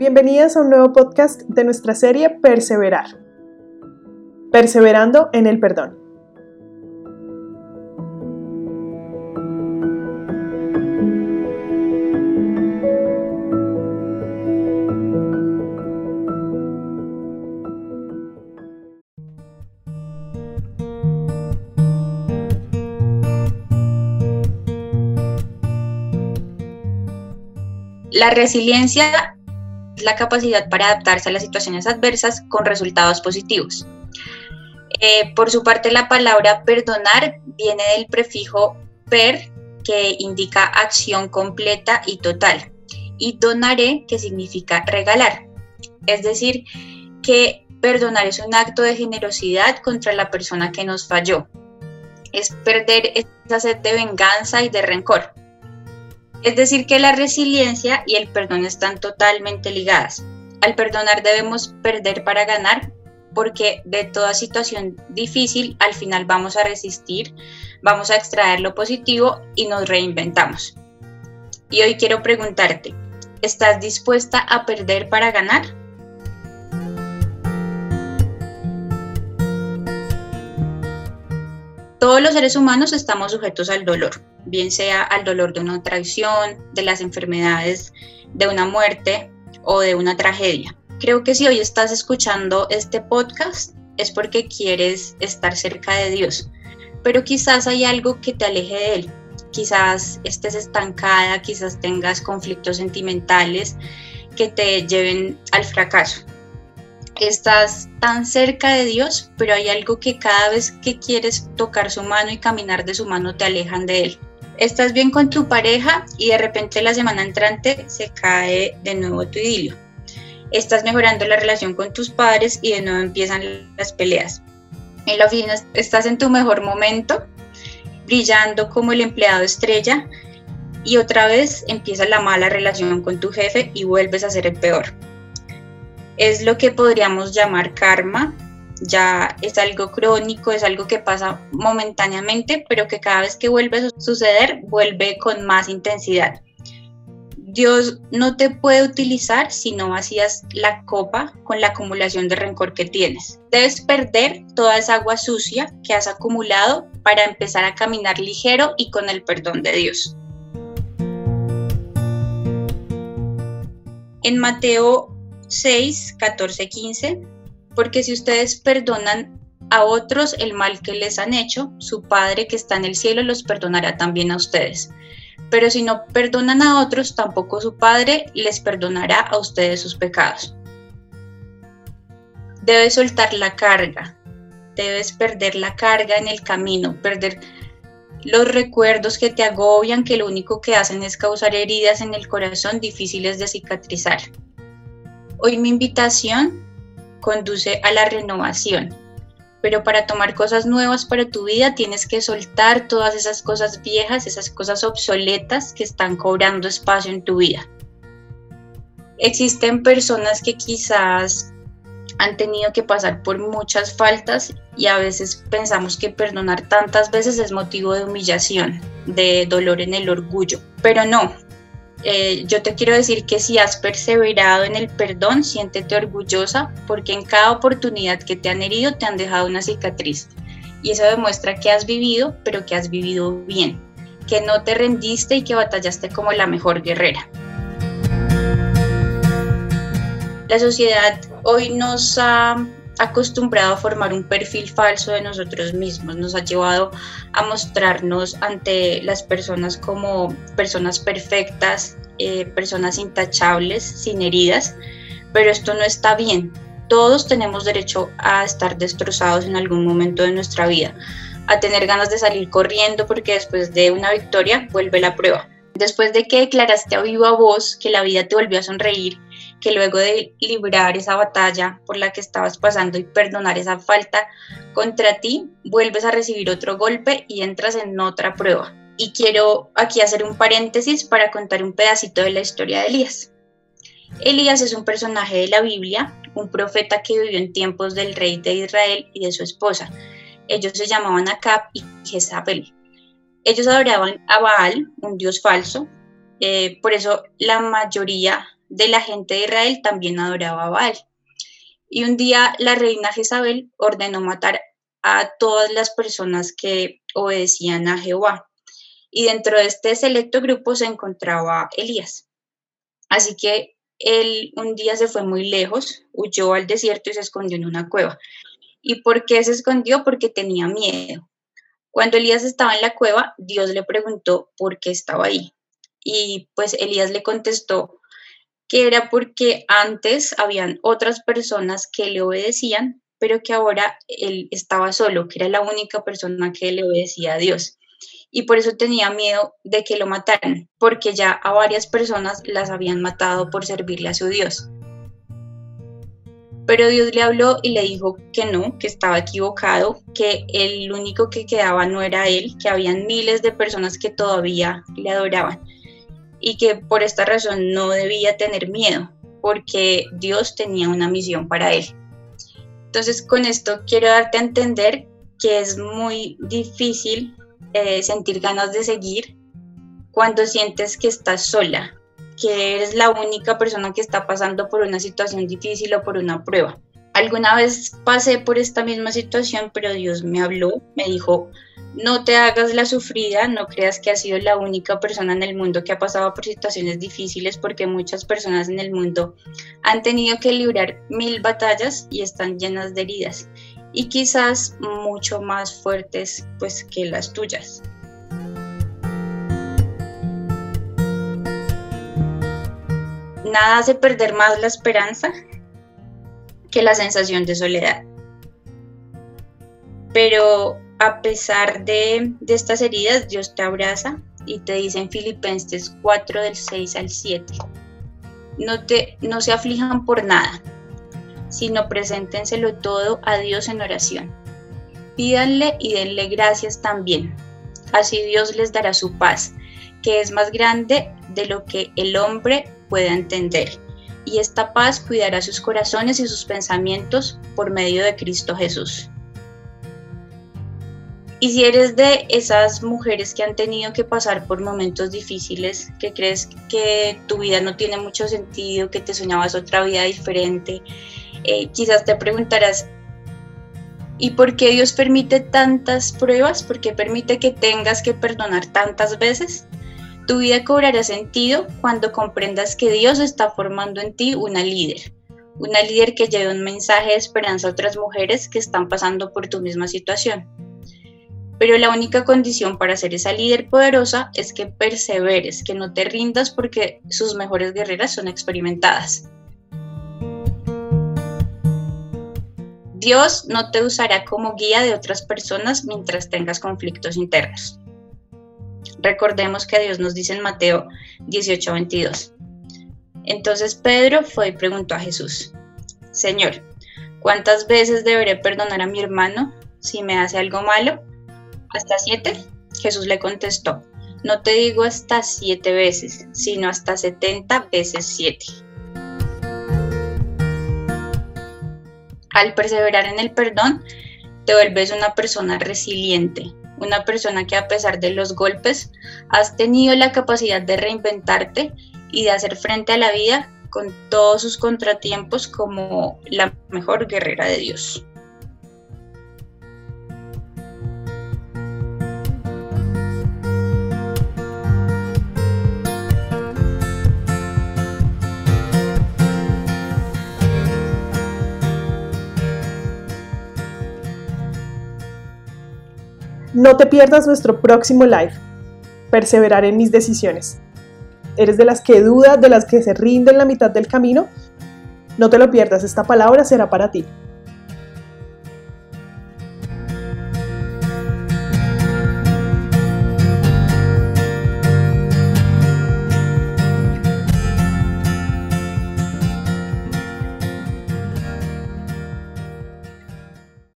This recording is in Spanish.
Bienvenidas a un nuevo podcast de nuestra serie Perseverar. Perseverando en el perdón. La resiliencia es la capacidad para adaptarse a las situaciones adversas con resultados positivos. Por su parte, la palabra perdonar viene del prefijo per, que indica acción completa y total, y donare, que significa regalar. Es decir, que perdonar es un acto de generosidad contra la persona que nos falló. Es perder esa sed de venganza y de rencor. Es decir, que la resiliencia y el perdón están totalmente ligadas. Al perdonar debemos perder para ganar, porque de toda situación difícil al final vamos a resistir, vamos a extraer lo positivo y nos reinventamos. Y hoy quiero preguntarte, ¿estás dispuesta a perder para ganar? Todos los seres humanos estamos sujetos al dolor, bien sea al dolor de una traición, de las enfermedades, de una muerte o de una tragedia. Creo que si hoy estás escuchando este podcast es porque quieres estar cerca de Dios, pero quizás hay algo que te aleje de Él. Quizás estés estancada, quizás tengas conflictos sentimentales que te lleven al fracaso. Estás tan cerca de Dios, pero hay algo que cada vez que quieres tocar su mano y caminar de su mano te alejan de Él. Estás bien con tu pareja y de repente la semana entrante se cae de nuevo tu idilio. Estás mejorando la relación con tus padres y de nuevo empiezan las peleas. En la oficina estás en tu mejor momento, brillando como el empleado estrella, y otra vez empieza la mala relación con tu jefe y vuelves a ser el peor. Es lo que podríamos llamar karma. Ya es algo crónico, es algo que pasa momentáneamente, pero que cada vez que vuelve a suceder, vuelve con más intensidad. Dios no te puede utilizar si no vacías la copa con la acumulación de rencor que tienes. Debes perder toda esa agua sucia que has acumulado para empezar a caminar ligero y con el perdón de Dios. En Mateo 6, 14, 15, porque si ustedes perdonan a otros el mal que les han hecho, su Padre que está en el cielo los perdonará también a ustedes. Pero si no perdonan a otros, tampoco su Padre les perdonará a ustedes sus pecados. Debes soltar la carga, debes perder la carga en el camino, perder los recuerdos que te agobian, que lo único que hacen es causar heridas en el corazón difíciles de cicatrizar. Hoy mi invitación conduce a la renovación, pero para tomar cosas nuevas para tu vida tienes que soltar todas esas cosas viejas, esas cosas obsoletas que están cobrando espacio en tu vida. Existen personas que quizás han tenido que pasar por muchas faltas y a veces pensamos que perdonar tantas veces es motivo de humillación, de dolor en el orgullo, pero no. Yo te quiero decir que si has perseverado en el perdón, siéntete orgullosa porque en cada oportunidad que te han herido te han dejado una cicatriz y eso demuestra que has vivido, pero que has vivido bien, que no te rendiste y que batallaste como la mejor guerrera. La sociedad hoy nos ha acostumbrado a formar un perfil falso de nosotros mismos, nos ha llevado a mostrarnos ante las personas como personas perfectas, personas intachables, sin heridas, pero esto no está bien. Todos tenemos derecho a estar destrozados en algún momento de nuestra vida, a tener ganas de salir corriendo porque después de una victoria vuelve la prueba. Después de que declaraste a viva voz que la vida te volvió a sonreír, que luego de librar esa batalla por la que estabas pasando y perdonar esa falta contra ti, vuelves a recibir otro golpe y entras en otra prueba. Y quiero aquí hacer un paréntesis para contar un pedacito de la historia de Elías. Elías es un personaje de la Biblia, un profeta que vivió en tiempos del rey de Israel y de su esposa. Ellos se llamaban Acab y Jezabel. Ellos adoraban a Baal, un dios falso, por eso la mayoría de la gente de Israel también adoraba a Baal. Y un día la reina Jezabel ordenó matar a todas las personas que obedecían a Jehová. Y dentro de este selecto grupo se encontraba Elías. Así que él un día se fue muy lejos, huyó al desierto y se escondió en una cueva. ¿Y por qué se escondió? Porque tenía miedo. Cuando Elías estaba en la cueva, Dios le preguntó por qué estaba ahí. Y pues Elías le contestó que era porque antes habían otras personas que le obedecían, pero que ahora él estaba solo, que era la única persona que le obedecía a Dios. Y por eso tenía miedo de que lo mataran, porque ya a varias personas las habían matado por servirle a su Dios. Pero Dios le habló y le dijo que no, que estaba equivocado, que el único que quedaba no era él, que habían miles de personas que todavía le adoraban y que por esta razón no debía tener miedo, porque Dios tenía una misión para él. Entonces, con esto quiero darte a entender que es muy difícil sentir ganas de seguir cuando sientes que estás sola, que eres la única persona que está pasando por una situación difícil o por una prueba. Alguna vez pasé por esta misma situación, pero Dios me habló, me dijo: no te hagas la sufrida, no creas que has sido la única persona en el mundo que ha pasado por situaciones difíciles, porque muchas personas en el mundo han tenido que librar 1000 batallas y están llenas de heridas, y quizás mucho más fuertes pues que las tuyas. Nada hace perder más la esperanza que la sensación de soledad. Pero a pesar de estas heridas, Dios te abraza y te dice en Filipenses 4, del 6 al 7, no se aflijan por nada, sino preséntenselo todo a Dios en oración. Pídanle y denle gracias también. Así Dios les dará su paz, que es más grande de lo que el hombre pueda entender. Y esta paz cuidará sus corazones y sus pensamientos por medio de Cristo Jesús. Y si eres de esas mujeres que han tenido que pasar por momentos difíciles, que crees que tu vida no tiene mucho sentido, que te soñabas otra vida diferente, quizás te preguntarás: ¿y por qué Dios permite tantas pruebas? ¿Por qué permite que tengas que perdonar tantas veces? Tu vida cobrará sentido cuando comprendas que Dios está formando en ti una líder que lleve un mensaje de esperanza a otras mujeres que están pasando por tu misma situación. Pero la única condición para ser esa líder poderosa es que perseveres, que no te rindas, porque sus mejores guerreras son experimentadas. Dios no te usará como guía de otras personas mientras tengas conflictos internos. Recordemos que Dios nos dice en Mateo 18:22. Entonces Pedro fue y preguntó a Jesús: Señor, ¿cuántas veces deberé perdonar a mi hermano si me hace algo malo? ¿Hasta 7? Jesús le contestó: no te digo hasta 7 veces, sino hasta 70 veces 7. Al perseverar en el perdón, te vuelves una persona resiliente, una persona que a pesar de los golpes has tenido la capacidad de reinventarte y de hacer frente a la vida con todos sus contratiempos como la mejor guerrera de Dios. No te pierdas nuestro próximo live. Perseverar en mis decisiones. ¿Eres de las que duda, de las que se rinden en la mitad del camino? No te lo pierdas, esta palabra será para ti.